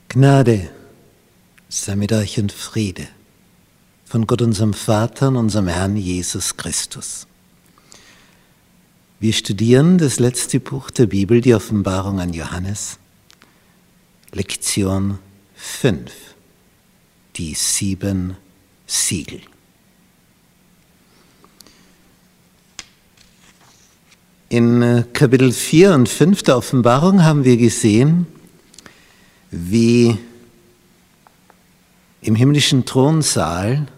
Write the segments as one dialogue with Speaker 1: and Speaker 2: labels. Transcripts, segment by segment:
Speaker 1: Gnade sei mit euch und Friede von Gott, unserem Vater und unserem Herrn Jesus Christus. Wir studieren das letzte Buch der Bibel, die Offenbarung an Johannes, Lektion 5, die 7 Siegel. In Kapitel 4 und 5 der Offenbarung haben wir gesehen, wie im himmlischen Thronsaal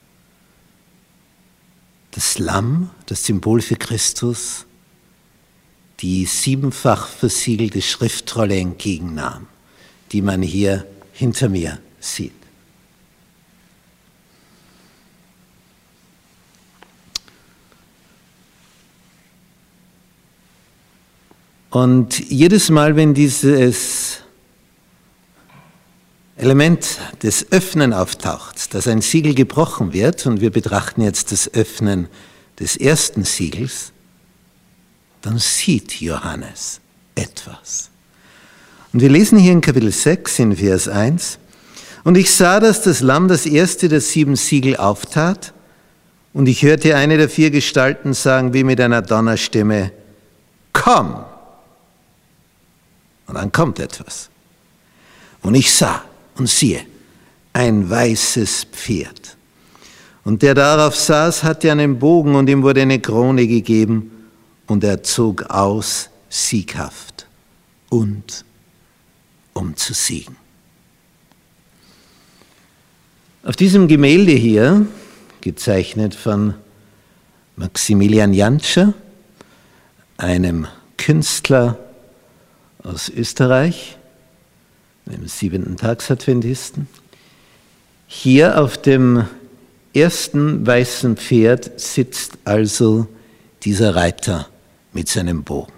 Speaker 1: das Lamm, das Symbol für Christus, die 7-fach versiegelte Schriftrolle entgegennahm, die man hier hinter mir sieht. Und jedes Mal, wenn dieses Element des Öffnen auftaucht, dass ein Siegel gebrochen wird, und wir betrachten jetzt das Öffnen des ersten Siegels, dann sieht Johannes etwas. Und wir lesen hier in Kapitel 6 in Vers 1, und ich sah, dass das Lamm das erste der 7 Siegel auftat, und ich hörte eine der 4 Gestalten sagen, wie mit einer Donnerstimme, komm! Und dann kommt etwas. Und ich sah, und siehe, ein weißes Pferd. Und der darauf saß, hatte einen Bogen, und ihm wurde eine Krone gegeben, und er zog aus, sieghaft und um zu siegen. Auf diesem Gemälde hier, gezeichnet von Maximilian Jantscher, einem Künstler aus Österreich, dem 7. Tagsadventisten. Hier auf dem ersten weißen Pferd sitzt also dieser Reiter mit seinem Bogen.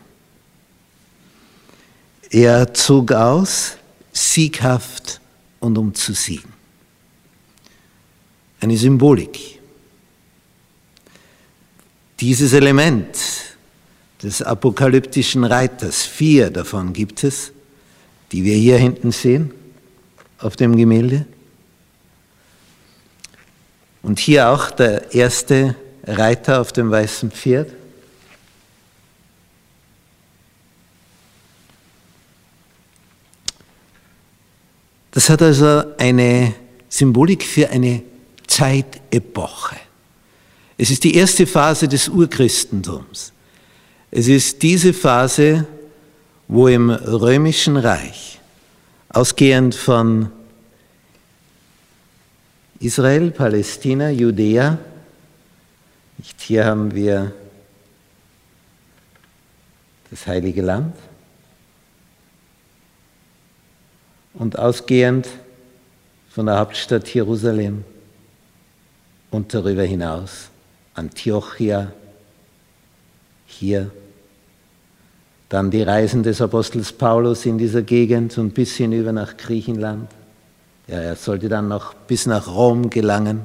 Speaker 1: Er zog aus, sieghaft und um zu siegen. Eine Symbolik. Dieses Element des apokalyptischen Reiters, 4 davon gibt es, die wir hier hinten sehen, auf dem Gemälde. Und hier auch der erste Reiter auf dem weißen Pferd. Das hat also eine Symbolik für eine Zeitepoche. Es ist die erste Phase des Urchristentums. Es ist diese Phase, wo im Römischen Reich, ausgehend von Israel, Palästina, Judäa, hier haben wir das Heilige Land, und ausgehend von der Hauptstadt Jerusalem und darüber hinaus Antiochia, hier dann die Reisen des Apostels Paulus in dieser Gegend und bis hinüber nach Griechenland. Ja, er sollte dann noch bis nach Rom gelangen.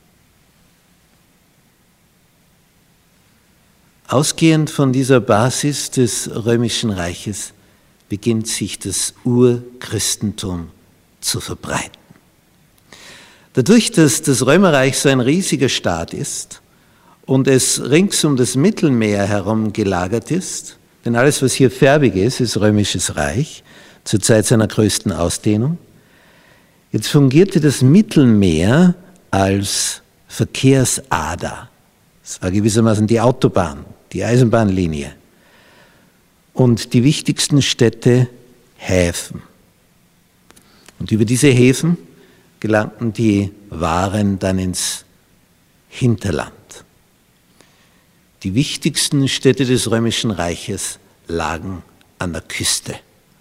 Speaker 1: Ausgehend von dieser Basis des Römischen Reiches beginnt sich das Urchristentum zu verbreiten. Dadurch, dass das Römerreich so ein riesiger Staat ist und es rings um das Mittelmeer herum gelagert ist, denn alles, was hier färbig ist Römisches Reich, zur Zeit seiner größten Ausdehnung. Jetzt fungierte das Mittelmeer als Verkehrsader. Es war gewissermaßen die Autobahn, die Eisenbahnlinie. Und die wichtigsten Städte Häfen. Und über diese Häfen gelangten die Waren dann ins Hinterland. Die wichtigsten Städte des Römischen Reiches lagen an der Küste.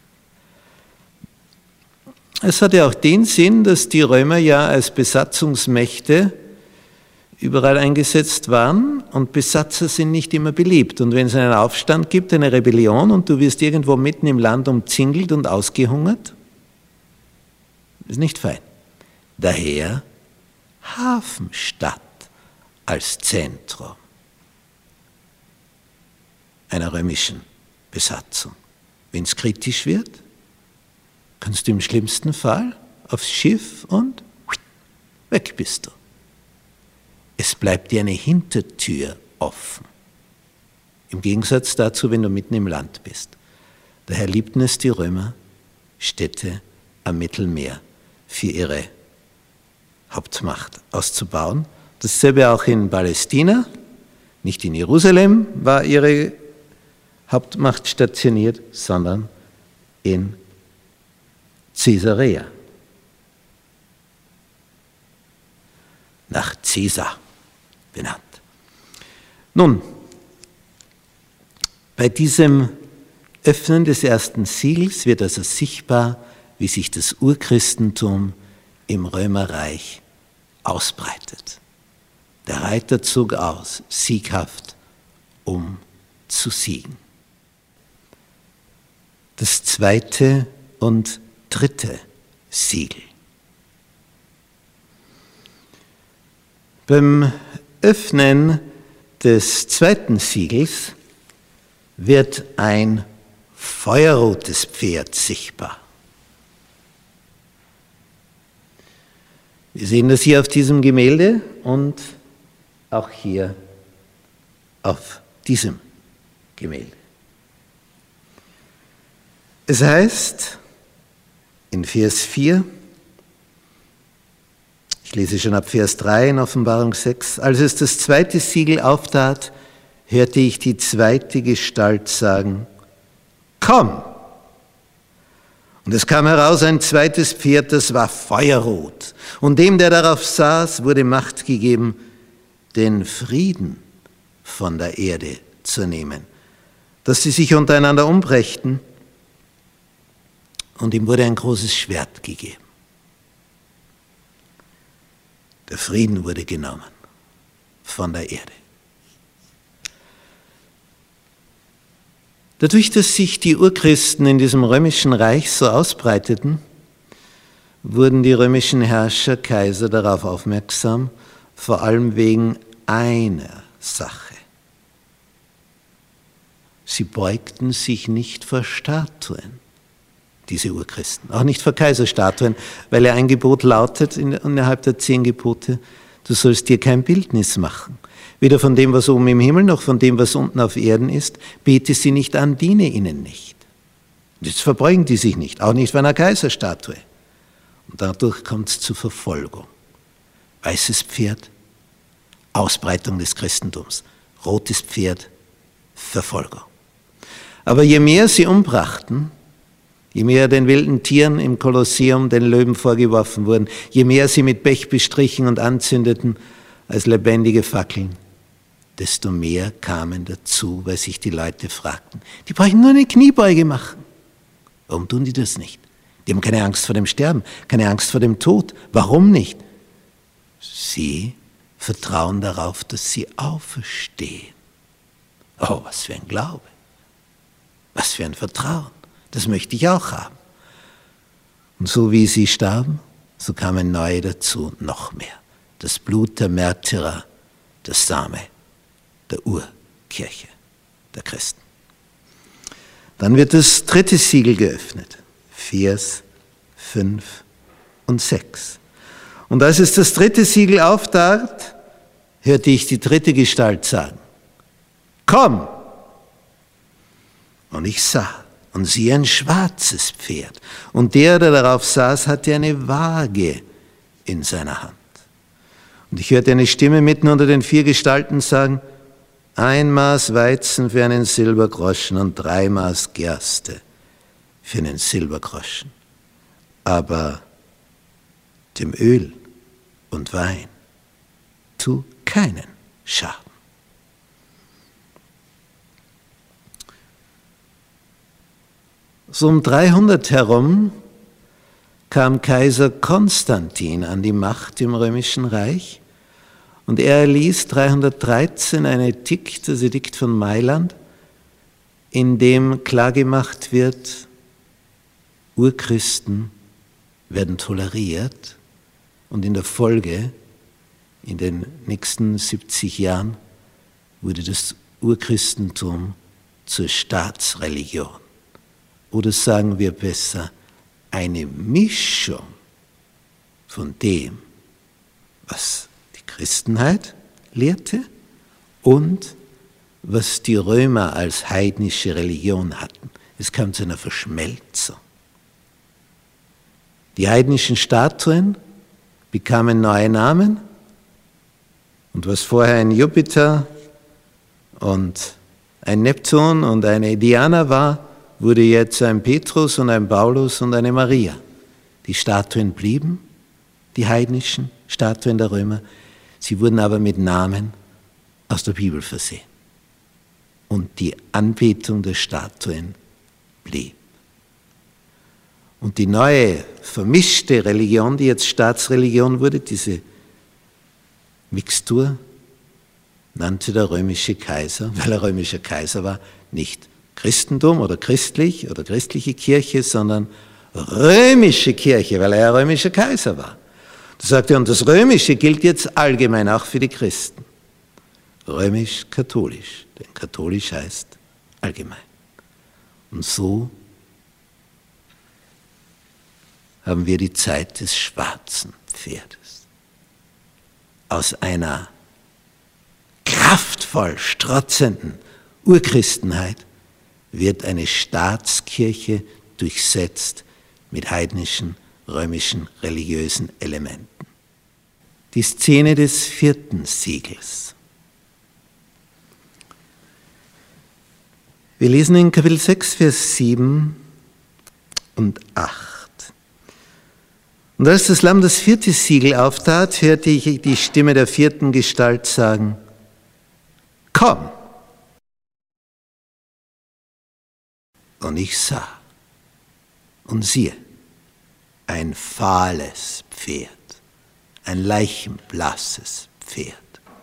Speaker 1: Es hatte auch den Sinn, dass die Römer ja als Besatzungsmächte überall eingesetzt waren, und Besatzer sind nicht immer beliebt. Und wenn es einen Aufstand gibt, eine Rebellion, und du wirst irgendwo mitten im Land umzingelt und ausgehungert, ist nicht fein. Daher Hafenstadt als Zentrum einer römischen Besatzung. Wenn es kritisch wird, kannst du im schlimmsten Fall aufs Schiff und weg bist du. Es bleibt dir eine Hintertür offen. Im Gegensatz dazu, wenn du mitten im Land bist. Daher liebten es die Römer, Städte am Mittelmeer für ihre Hauptmacht auszubauen. Dasselbe auch in Palästina. Nicht in Jerusalem war ihre Hauptmacht stationiert, sondern in Caesarea. Nach Caesar benannt. Nun, bei diesem Öffnen des ersten Siegels wird also sichtbar, wie sich das Urchristentum im Römerreich ausbreitet. Der Reiter zog aus, sieghaft, um zu siegen. Das zweite und dritte Siegel. Beim Öffnen des zweiten Siegels wird ein feuerrotes Pferd sichtbar. Wir sehen das hier auf diesem Gemälde und auch hier auf diesem Gemälde. Es heißt in Vers 4, ich lese schon ab Vers 3 in Offenbarung 6, als es das zweite Siegel auftat, hörte ich die zweite Gestalt sagen, komm! Und es kam heraus ein zweites Pferd, das war feuerrot. Und dem, der darauf saß, wurde Macht gegeben, den Frieden von der Erde zu nehmen, dass sie sich untereinander umbrächten. Und ihm wurde ein großes Schwert gegeben. Der Frieden wurde genommen von der Erde. Dadurch, dass sich die Urchristen in diesem römischen Reich so ausbreiteten, wurden die römischen Herrscher, Kaiser darauf aufmerksam, vor allem wegen einer Sache. Sie beugten sich nicht vor Statuen, diese Urchristen, auch nicht vor Kaiserstatuen, weil ein Gebot lautet innerhalb der 10 Gebote, du sollst dir kein Bildnis machen. Weder von dem, was oben im Himmel, noch von dem, was unten auf Erden ist. Bete sie nicht an, diene ihnen nicht. Und jetzt verbeugen die sich nicht, auch nicht vor einer Kaiserstatue. Und dadurch kommt es zu Verfolgung. Weißes Pferd, Ausbreitung des Christentums. Rotes Pferd, Verfolgung. Aber je mehr sie umbrachten, je mehr den wilden Tieren im Kolosseum, den Löwen vorgeworfen wurden, je mehr sie mit Pech bestrichen und anzündeten als lebendige Fackeln, desto mehr kamen dazu, weil sich die Leute fragten, die brauchen nur eine Kniebeuge machen. Warum tun die das nicht? Die haben keine Angst vor dem Sterben, keine Angst vor dem Tod. Warum nicht? Sie vertrauen darauf, dass sie auferstehen. Oh, was für ein Glaube. Was für ein Vertrauen. Das möchte ich auch haben. Und so wie sie starben, so kamen neue dazu, noch mehr. Das Blut der Märtyrer, das Same der Urkirche, der Christen. Dann wird das dritte Siegel geöffnet, Vers 5 und 6. Und als es das dritte Siegel auftat, hörte ich die dritte Gestalt sagen, komm! Und ich sah und siehe ein schwarzes Pferd. Und der darauf saß, hatte eine Waage in seiner Hand. Und ich hörte eine Stimme mitten unter den 4 Gestalten sagen, 1 Maß Weizen für einen Silbergroschen und 3 Maß Gerste für einen Silbergroschen. Aber dem Öl und Wein tu keinen Schaden. So um 300 herum kam Kaiser Konstantin an die Macht im Römischen Reich und er erließ 313 ein Edikt, das Edikt von Mailand, in dem klargemacht wird, Urchristen werden toleriert und in der Folge, in den nächsten 70 Jahren, wurde das Urchristentum zur Staatsreligion. Oder sagen wir besser, eine Mischung von dem, was die Christenheit lehrte und was die Römer als heidnische Religion hatten. Es kam zu einer Verschmelzung. Die heidnischen Statuen bekamen neue Namen und was vorher ein Jupiter und ein Neptun und eine Diana war, wurde jetzt ein Petrus und ein Paulus und eine Maria. Die Statuen blieben, die heidnischen Statuen der Römer, sie wurden aber mit Namen aus der Bibel versehen. Und die Anbetung der Statuen blieb. Und die neue, vermischte Religion, die jetzt Staatsreligion wurde, diese Mixtur, nannte der römische Kaiser, weil er römischer Kaiser war, nicht Christentum oder christlich oder christliche Kirche, sondern römische Kirche, weil er ja römischer Kaiser war. Da sagte er, und das Römische gilt jetzt allgemein auch für die Christen. Römisch-katholisch, denn katholisch heißt allgemein. Und so haben wir die Zeit des schwarzen Pferdes. Aus einer kraftvoll strotzenden Urchristenheit wird eine Staatskirche durchsetzt mit heidnischen, römischen, religiösen Elementen. Die Szene des 4. Siegels. Wir lesen in Kapitel 6, Vers 7 und 8. Und als das Lamm das 4. Siegel auftat, hörte ich die Stimme der 4. Gestalt sagen, komm! Und ich sah und siehe, ein fahles Pferd, ein leichenblasses Pferd.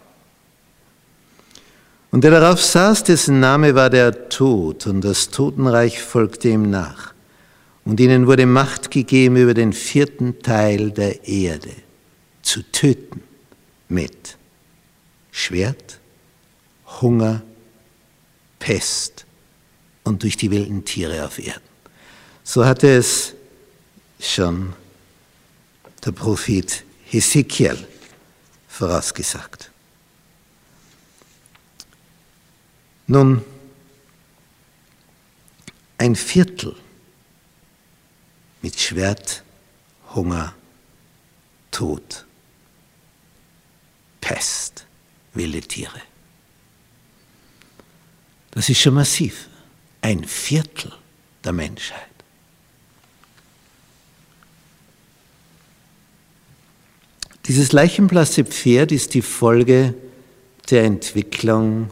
Speaker 1: Und der darauf saß, dessen Name war der Tod, und das Totenreich folgte ihm nach. Und ihnen wurde Macht gegeben, über den 4. Teil der Erde zu töten mit Schwert, Hunger, Pest und durch die wilden Tiere auf Erden. So hatte es schon der Prophet Hesekiel vorausgesagt. Nun, ein Viertel mit Schwert, Hunger, Tod, Pest, wilde Tiere. Das ist schon massiv. Ein Viertel der Menschheit. Dieses leichenblasse Pferd ist die Folge der Entwicklung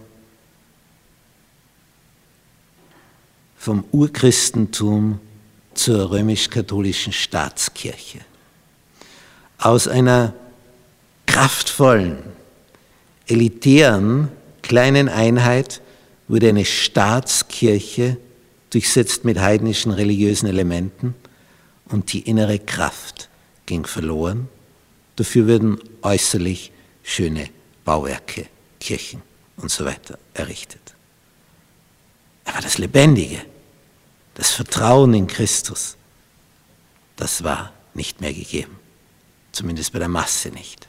Speaker 1: vom Urchristentum zur römisch-katholischen Staatskirche. Aus einer kraftvollen, elitären, kleinen Einheit wurde eine Staatskirche, durchsetzt mit heidnischen religiösen Elementen, und die innere Kraft ging verloren. Dafür wurden äußerlich schöne Bauwerke, Kirchen und so weiter errichtet. Aber das Lebendige, das Vertrauen in Christus, das war nicht mehr gegeben. Zumindest bei der Masse nicht.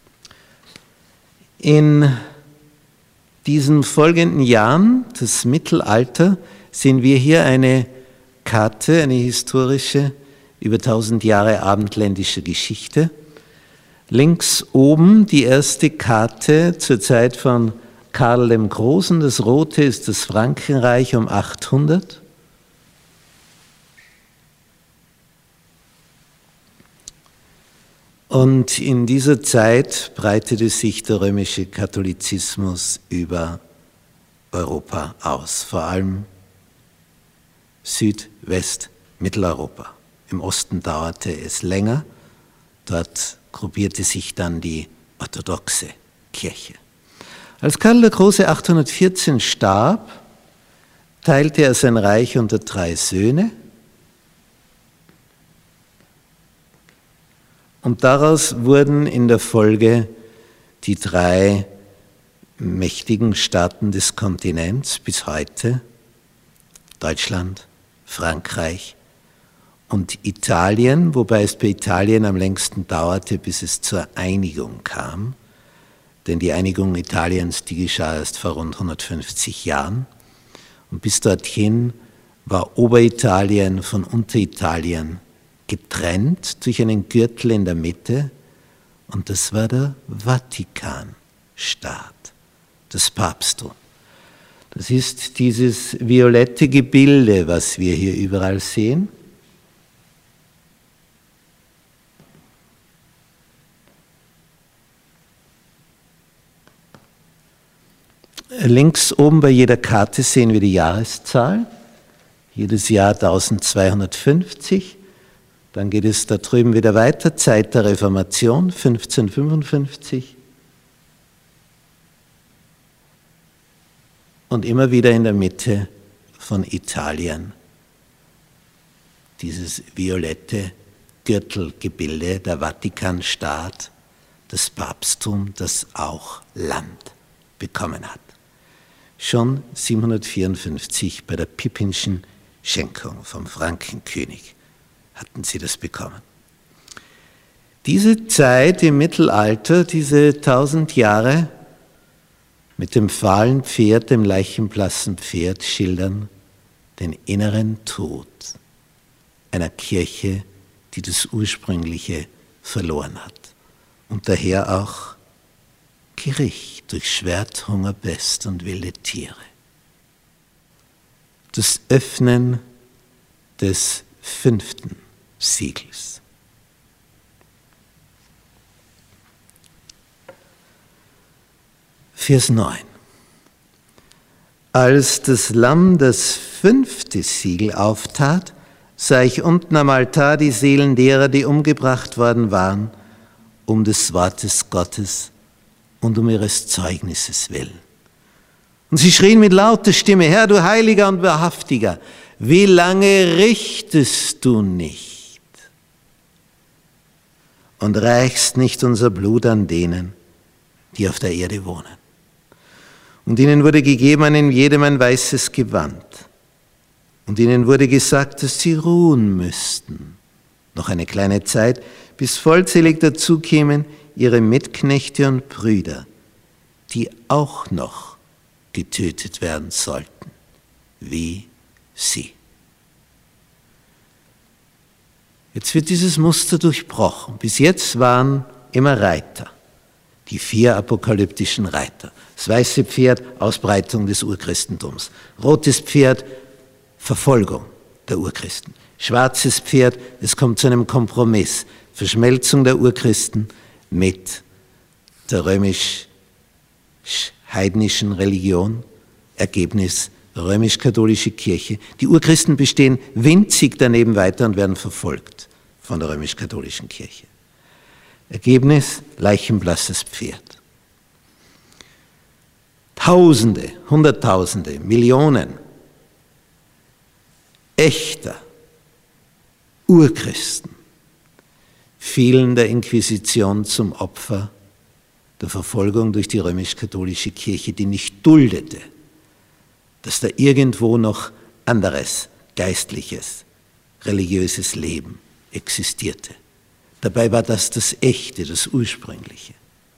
Speaker 1: In diesen folgenden Jahren, das Mittelalter, sehen wir hier eine Karte, eine historische, über 1000 Jahre abendländische Geschichte. Links oben die erste Karte zur Zeit von Karl dem Großen. Das rote ist das Frankenreich um 800. Und in dieser Zeit breitete sich der römische Katholizismus über Europa aus, vor allem Süd-, West-, Mitteleuropa. Im Osten dauerte es länger, dort gruppierte sich dann die orthodoxe Kirche. Als Karl der Große 814 starb, teilte er sein Reich unter 3 Söhne. Und daraus wurden in der Folge die 3 mächtigen Staaten des Kontinents bis heute, Deutschland, Frankreich und Italien, wobei es bei Italien am längsten dauerte, bis es zur Einigung kam. Denn die Einigung Italiens, die geschah erst vor rund 150 Jahren. Und bis dorthin war Oberitalien von Unteritalien getrennt durch einen Gürtel in der Mitte. Und das war der Vatikanstaat, das Papsttum. Das ist dieses violette Gebilde, was wir hier überall sehen. Links oben bei jeder Karte sehen wir die Jahreszahl, jedes Jahr 1250. Dann geht es da drüben wieder weiter, Zeit der Reformation, 1555. Und immer wieder in der Mitte von Italien dieses violette Gürtelgebilde, der Vatikanstaat, das Papsttum, das auch Land bekommen hat. Schon 754 bei der Pippinschen Schenkung vom Frankenkönig hatten sie das bekommen. Diese Zeit im Mittelalter, diese 1000 Jahre mit dem fahlen Pferd, dem leichenblassen Pferd, schildern den inneren Tod einer Kirche, die das Ursprüngliche verloren hat und daher auch Gericht durch Schwert, Hunger, Pest und wilde Tiere. Das Öffnen des 5. Siegels. Vers 9. Als das Lamm das 5. Siegel auftat, sah ich unten am Altar die Seelen derer, die umgebracht worden waren, um des Wortes Gottes und um ihres Zeugnisses willen. Und sie schrien mit lauter Stimme: Herr, du Heiliger und Wahrhaftiger, wie lange richtest du nicht und reichst nicht unser Blut an denen, die auf der Erde wohnen? Und ihnen wurde gegeben an jedem ein weißes Gewand. Und ihnen wurde gesagt, dass sie ruhen müssten, noch eine kleine Zeit, bis vollzählig dazu kämen ihre Mitknechte und Brüder, die auch noch getötet werden sollten, wie sie. Jetzt wird dieses Muster durchbrochen. Bis jetzt waren immer Reiter, die 4 apokalyptischen Reiter. Das weiße Pferd, Ausbreitung des Urchristentums. Rotes Pferd, Verfolgung der Urchristen. Schwarzes Pferd, es kommt zu einem Kompromiss. Verschmelzung der Urchristen mit der römisch-heidnischen Religion. Ergebnis, römisch-katholische Kirche. Die Urchristen bestehen winzig daneben weiter und werden verfolgt von der römisch-katholischen Kirche. Ergebnis, leichenblasses Pferd. Tausende, Hunderttausende, Millionen echter Urchristen fielen der Inquisition zum Opfer der Verfolgung durch die römisch-katholische Kirche, die nicht duldete, dass da irgendwo noch anderes, geistliches, religiöses Leben existierte. Dabei war das das Echte, das Ursprüngliche.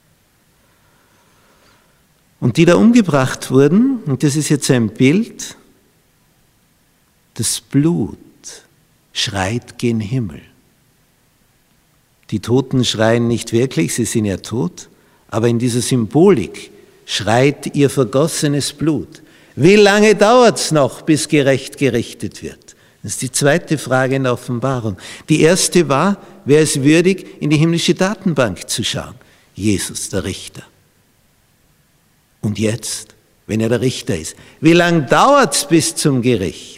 Speaker 1: Und die da umgebracht wurden, und das ist jetzt ein Bild, das Blut schreit gen Himmel. Die Toten schreien nicht wirklich, sie sind ja tot, aber in dieser Symbolik schreit ihr vergossenes Blut. Wie lange dauert es noch, bis gerecht gerichtet wird? Das ist die zweite Frage in der Offenbarung. Die erste war, wer ist würdig, in die himmlische Datenbank zu schauen? Jesus, der Richter. Und jetzt, wenn er der Richter ist, wie lange dauert es bis zum Gericht?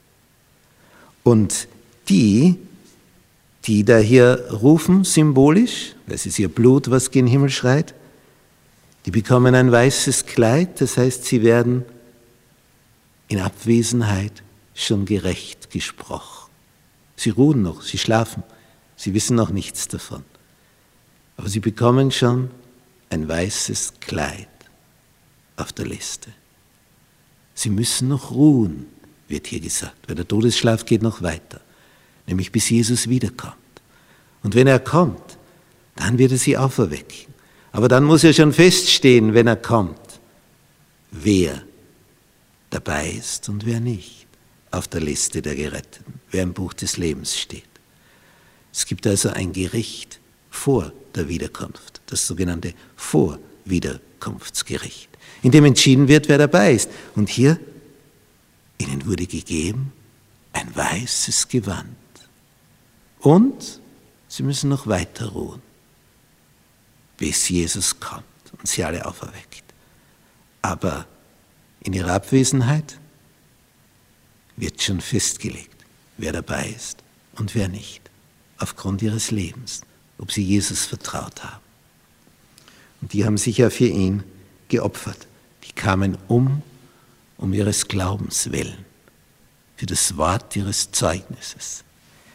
Speaker 1: Und die da hier rufen, symbolisch, das ist ihr Blut, was gen Himmel schreit, die bekommen ein weißes Kleid, das heißt, sie werden in Abwesenheit schon gerecht gesprochen. Sie ruhen noch, sie schlafen, sie wissen noch nichts davon. Aber sie bekommen schon ein weißes Kleid auf der Liste. Sie müssen noch ruhen, wird hier gesagt, weil der Todesschlaf geht noch weiter. nämlich bis Jesus wiederkommt. Und wenn er kommt, dann wird er sie auferwecken. Aber dann muss ja schon feststehen, wenn er kommt, wer dabei ist und wer nicht auf der Liste der Geretteten, wer im Buch des Lebens steht. Es gibt also ein Gericht vor der Wiederkunft, das sogenannte Vorwiederkunftsgericht, in dem entschieden wird, wer dabei ist. Und hier, ihnen wurde gegeben ein weißes Gewand. Und sie müssen noch weiter ruhen, bis Jesus kommt und sie alle auferweckt. Aber in ihrer Abwesenheit wird schon festgelegt, wer dabei ist und wer nicht, aufgrund ihres Lebens, ob sie Jesus vertraut haben. Und die haben sich ja für ihn geopfert. Die kamen um ihres Glaubens willen, für das Wort ihres Zeugnisses.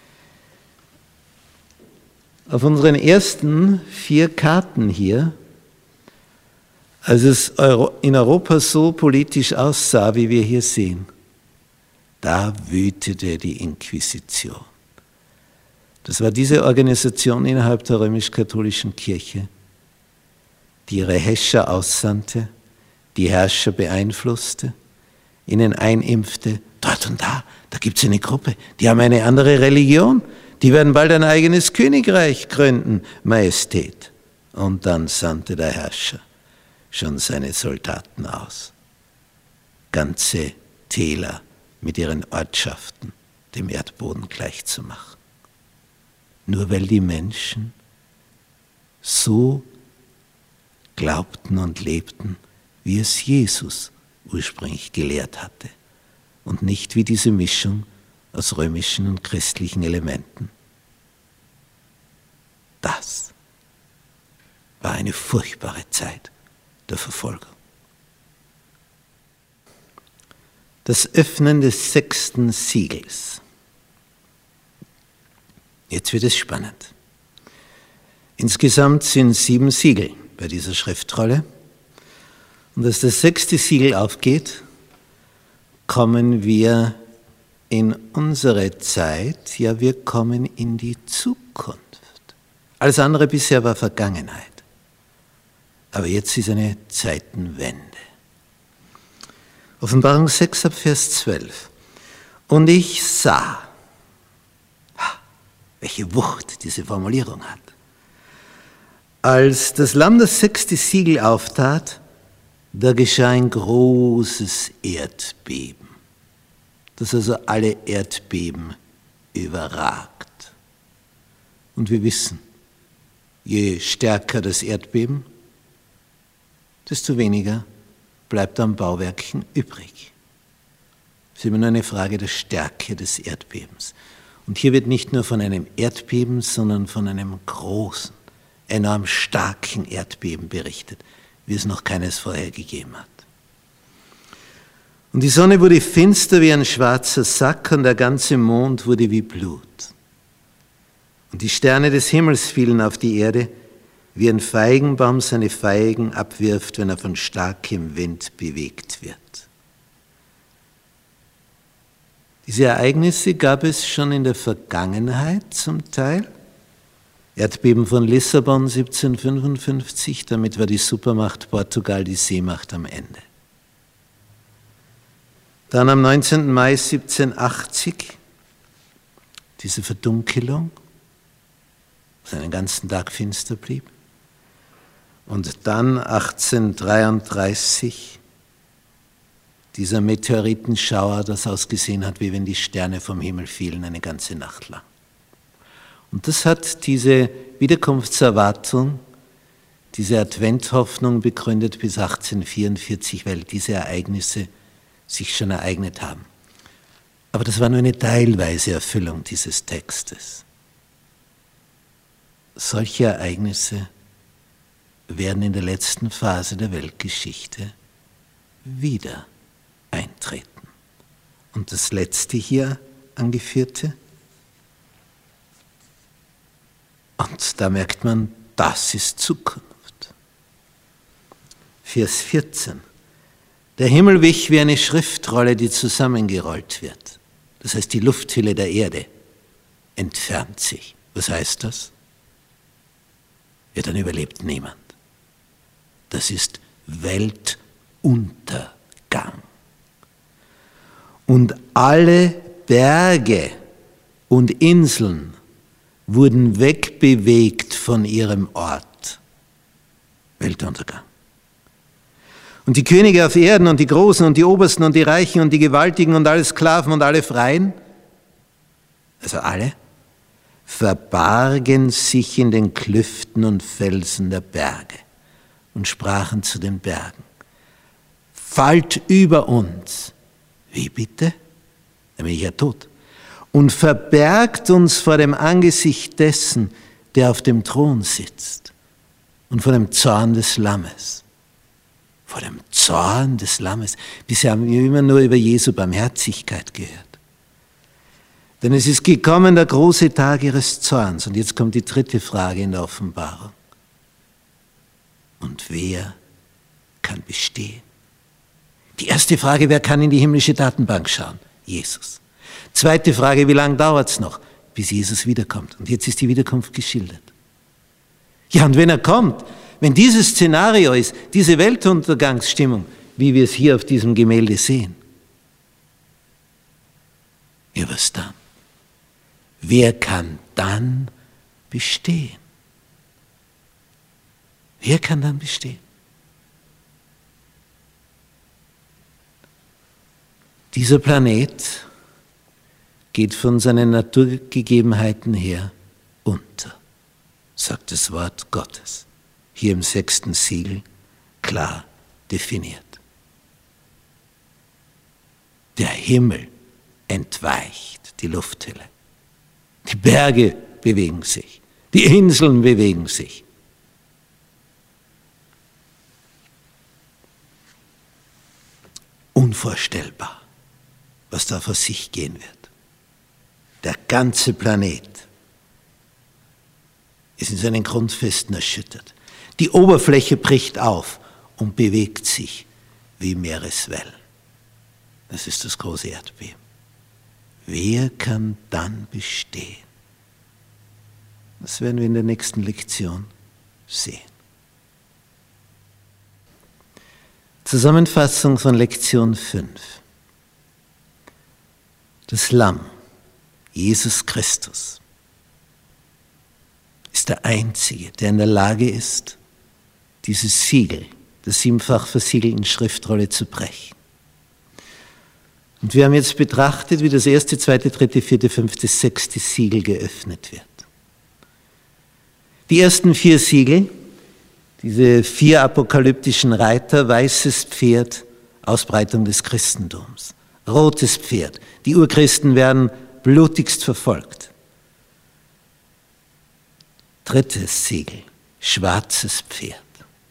Speaker 1: Auf unseren ersten 4 Karten hier, als es in Europa so politisch aussah, wie wir hier sehen, da wütete die Inquisition. Das war diese Organisation innerhalb der römisch-katholischen Kirche, die ihre Häscher aussandte, die Herrscher beeinflusste, ihnen einimpfte, dort und da gibt es eine Gruppe, die haben eine andere Religion, die werden bald ein eigenes Königreich gründen, Majestät. Und dann sandte der Herrscher schon seine Soldaten aus, ganze Täler mit ihren Ortschaften dem Erdboden gleichzumachen. Nur weil die Menschen so glaubten und lebten, wie es Jesus ursprünglich gelehrt hatte und nicht wie diese Mischung aus römischen und christlichen Elementen. Das war eine furchtbare Zeit der Verfolgung. Das Öffnen des 6. Siegels. Jetzt wird es spannend. Insgesamt sind 7 Siegel bei dieser Schriftrolle. Und als das 6. Siegel aufgeht, kommen wir in unsere Zeit, ja, wir kommen in die Zukunft. Alles andere bisher war Vergangenheit. Aber jetzt ist eine Zeitenwende. Offenbarung 6 ab Vers 12. Und ich sah, welche Wucht diese Formulierung hat. Als das Lamm das 6. Siegel auftat, da geschah ein großes Erdbeben, das also alle Erdbeben überragt. Und wir wissen, je stärker das Erdbeben, desto weniger bleibt an Bauwerken übrig. Es ist immer nur eine Frage der Stärke des Erdbebens. Und hier wird nicht nur von einem Erdbeben, sondern von einem großen, enorm starken Erdbeben berichtet, wie es noch keines vorher gegeben hat. Und die Sonne wurde finster wie ein schwarzer Sack und der ganze Mond wurde wie Blut. Und die Sterne des Himmels fielen auf die Erde, wie ein Feigenbaum seine Feigen abwirft, wenn er von starkem Wind bewegt wird. Diese Ereignisse gab es schon in der Vergangenheit zum Teil. Erdbeben von Lissabon 1755, damit war die Supermacht Portugal die Seemacht am Ende. Dann am 19. Mai 1780 diese Verdunkelung, was einen ganzen Tag finster blieb. Und dann 1833 dieser Meteoritenschauer, das ausgesehen hat, wie wenn die Sterne vom Himmel fielen, eine ganze Nacht lang. Und das hat diese Wiederkunftserwartung, diese Adventhoffnung begründet bis 1844, weil diese Ereignisse sich schon ereignet haben. Aber das war nur eine teilweise Erfüllung dieses Textes. Solche Ereignisse werden in der letzten Phase der Weltgeschichte wieder eintreten. Und das letzte hier angeführte, und da merkt man, das ist Zukunft. Vers 14. Der Himmel wich wie eine Schriftrolle, die zusammengerollt wird. Das heißt die Lufthülle der Erde. entfernt sich. Was heißt das? Ja, dann überlebt niemand. Das ist Weltuntergang. Und alle Berge und Inseln wurden wegbewegt von ihrem Ort. Weltuntergang. Und die Könige auf Erden und die Großen und die Obersten und die Reichen und die Gewaltigen und alle Sklaven und alle Freien, also alle, verbargen sich in den Klüften und Felsen der Berge und sprachen zu den Bergen: Fallt über uns. Wie bitte? Dann bin ich ja tot. Und verbergt uns vor dem Angesicht dessen, der auf dem Thron sitzt, und vor dem Zorn des Lammes. Vor dem Zorn des Lammes. Bisher haben wir immer nur über Jesu Barmherzigkeit gehört. Denn es ist gekommen der große Tag ihres Zorns. Und jetzt kommt die dritte Frage in der Offenbarung. Und wer kann bestehen? Die erste Frage, wer kann in die himmlische Datenbank schauen? Jesus. Zweite Frage, wie lange dauert es noch, bis Jesus wiederkommt? Und jetzt ist die Wiederkunft geschildert. Ja, und wenn er kommt, wenn dieses Szenario ist, diese Weltuntergangsstimmung, wie wir es hier auf diesem Gemälde sehen, ja, was dann? Wer kann dann bestehen? Wer kann dann bestehen? Dieser Planet geht von seinen Naturgegebenheiten her unter, sagt das Wort Gottes, hier im 6. Siegel klar definiert. Der Himmel entweicht, die Lufthülle. Die Berge bewegen sich, die Inseln bewegen sich. Unvorstellbar, was da vor sich gehen wird. Der ganze Planet ist in seinen Grundfesten erschüttert. Die Oberfläche bricht auf und bewegt sich wie Meereswellen. Das ist das große Erdbeben. Wer kann dann bestehen? Das werden wir in der nächsten Lektion sehen. Zusammenfassung von Lektion 5. Das Lamm, Jesus Christus, ist der Einzige, der in der Lage ist, dieses Siegel der siebenfach versiegelten Schriftrolle zu brechen. Und wir haben jetzt betrachtet, wie das 1., 2., 3., 4., 5., 6. Siegel geöffnet wird. Die ersten 4 Siegel, diese 4 apokalyptischen Reiter, weißes Pferd, Ausbreitung des Christentums, rotes Pferd, die Urchristen werden blutigst verfolgt. 3. Siegel, schwarzes Pferd,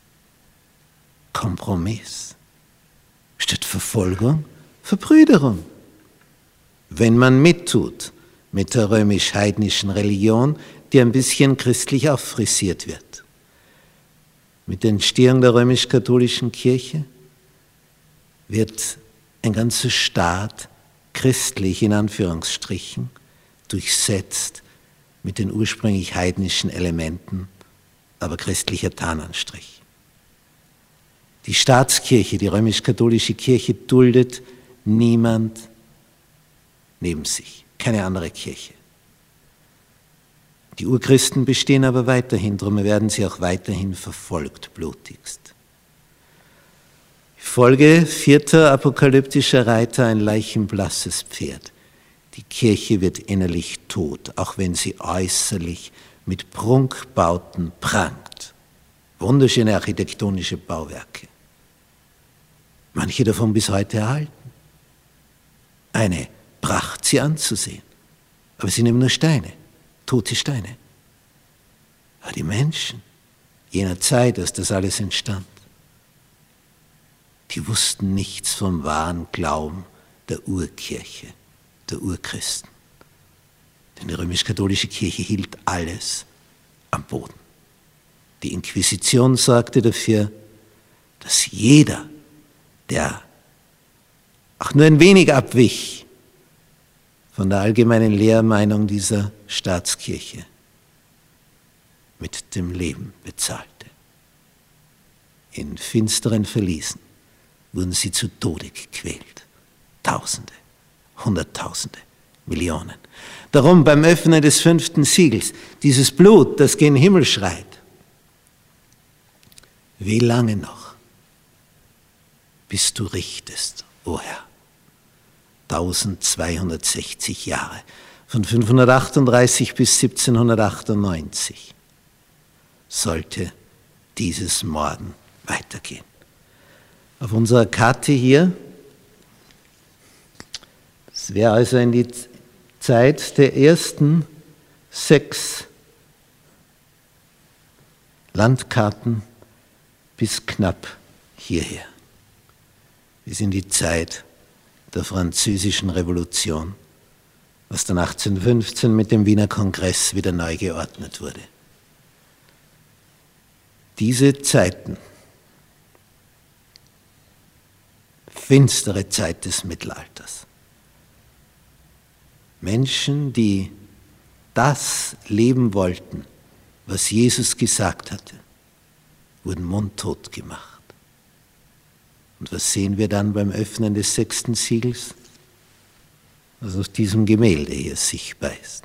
Speaker 1: Kompromiss, statt Verfolgung, Verbrüderung. Wenn man mittut mit der römisch-heidnischen Religion, die ein bisschen christlich auffrisiert wird. Mit der Entstehung der römisch-katholischen Kirche wird ein ganzer Staat christlich in Anführungsstrichen durchsetzt mit den ursprünglich heidnischen Elementen, aber christlicher Tarnanstrich. Die Staatskirche, die römisch-katholische Kirche duldet niemand neben sich, keine andere Kirche. Die Urchristen bestehen aber weiterhin, darum werden sie auch weiterhin verfolgt, blutigst. Folge 4. apokalyptischer Reiter, ein leichenblasses Pferd. Die Kirche wird innerlich tot, auch wenn sie äußerlich mit Prunkbauten prangt. Wunderschöne architektonische Bauwerke. Manche davon bis heute erhalten. Eine Pracht, sie anzusehen. Aber sie nehmen nur Steine, tote Steine. Aber die Menschen jener Zeit, als das alles entstand, die wussten nichts vom wahren Glauben der Urkirche, der Urchristen. Denn die römisch-katholische Kirche hielt alles am Boden. Die Inquisition sorgte dafür, dass jeder, der auch nur ein wenig abwich von der allgemeinen Lehrmeinung dieser Staatskirche mit dem Leben bezahlte. In finsteren Verliesen wurden sie zu Tode gequält. Tausende, Hunderttausende, Millionen. Darum beim Öffnen des 5. Siegels, dieses Blut, das gen Himmel schreit. Wie lange noch, bis du richtest, o Herr? 1260 Jahre, von 538 bis 1798, sollte dieses Morden weitergehen. Auf unserer Karte hier, das wäre also in die Zeit der ersten 6 Landkarten bis knapp hierher, bis in die Zeit der Französischen Revolution, was dann 1815 mit dem Wiener Kongress wieder neu geordnet wurde. Diese Zeiten, finstere Zeit des Mittelalters, Menschen, die das leben wollten, was Jesus gesagt hatte, wurden mundtot gemacht. Und was sehen wir dann beim Öffnen des 6. Siegels? Was auf diesem Gemälde hier sichtbar ist.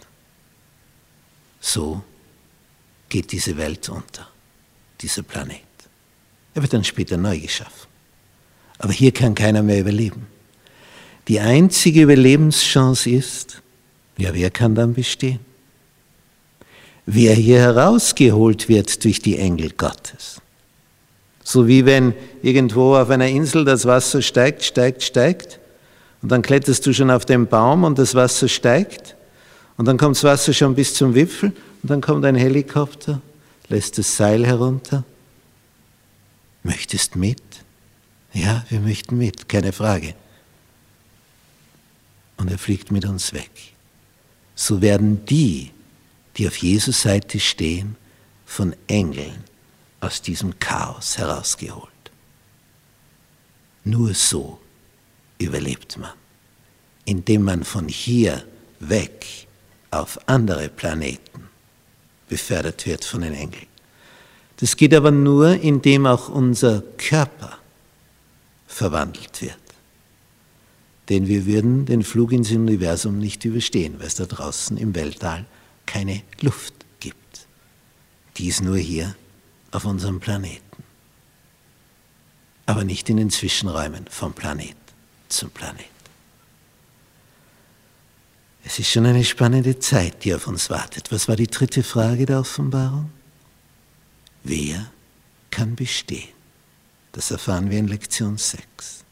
Speaker 1: So geht diese Welt unter, dieser Planet. Er wird dann später neu geschaffen. Aber hier kann keiner mehr überleben. Die einzige Überlebenschance ist, ja, wer kann dann bestehen? Wer hier herausgeholt wird durch die Engel Gottes. So wie wenn irgendwo auf einer Insel das Wasser steigt, steigt, steigt und dann kletterst du schon auf den Baum und das Wasser steigt und dann kommt das Wasser schon bis zum Wipfel und dann kommt ein Helikopter, lässt das Seil herunter. Möchtest mit? Ja, wir möchten mit, keine Frage. Und er fliegt mit uns weg. So werden die, die auf Jesus Seite stehen, von Engeln aus diesem Chaos herausgeholt. Nur so überlebt man, indem man von hier weg auf andere Planeten befördert wird von den Engeln. Das geht aber nur, indem auch unser Körper verwandelt wird. Denn wir würden den Flug ins Universum nicht überstehen, weil es da draußen im Weltall keine Luft gibt. Dies nur hier auf unserem Planeten. Aber nicht in den Zwischenräumen vom Planet zum Planet. Es ist schon eine spannende Zeit, die auf uns wartet. Was war die 3. Frage der Offenbarung? Wer kann bestehen? Das erfahren wir in Lektion 6.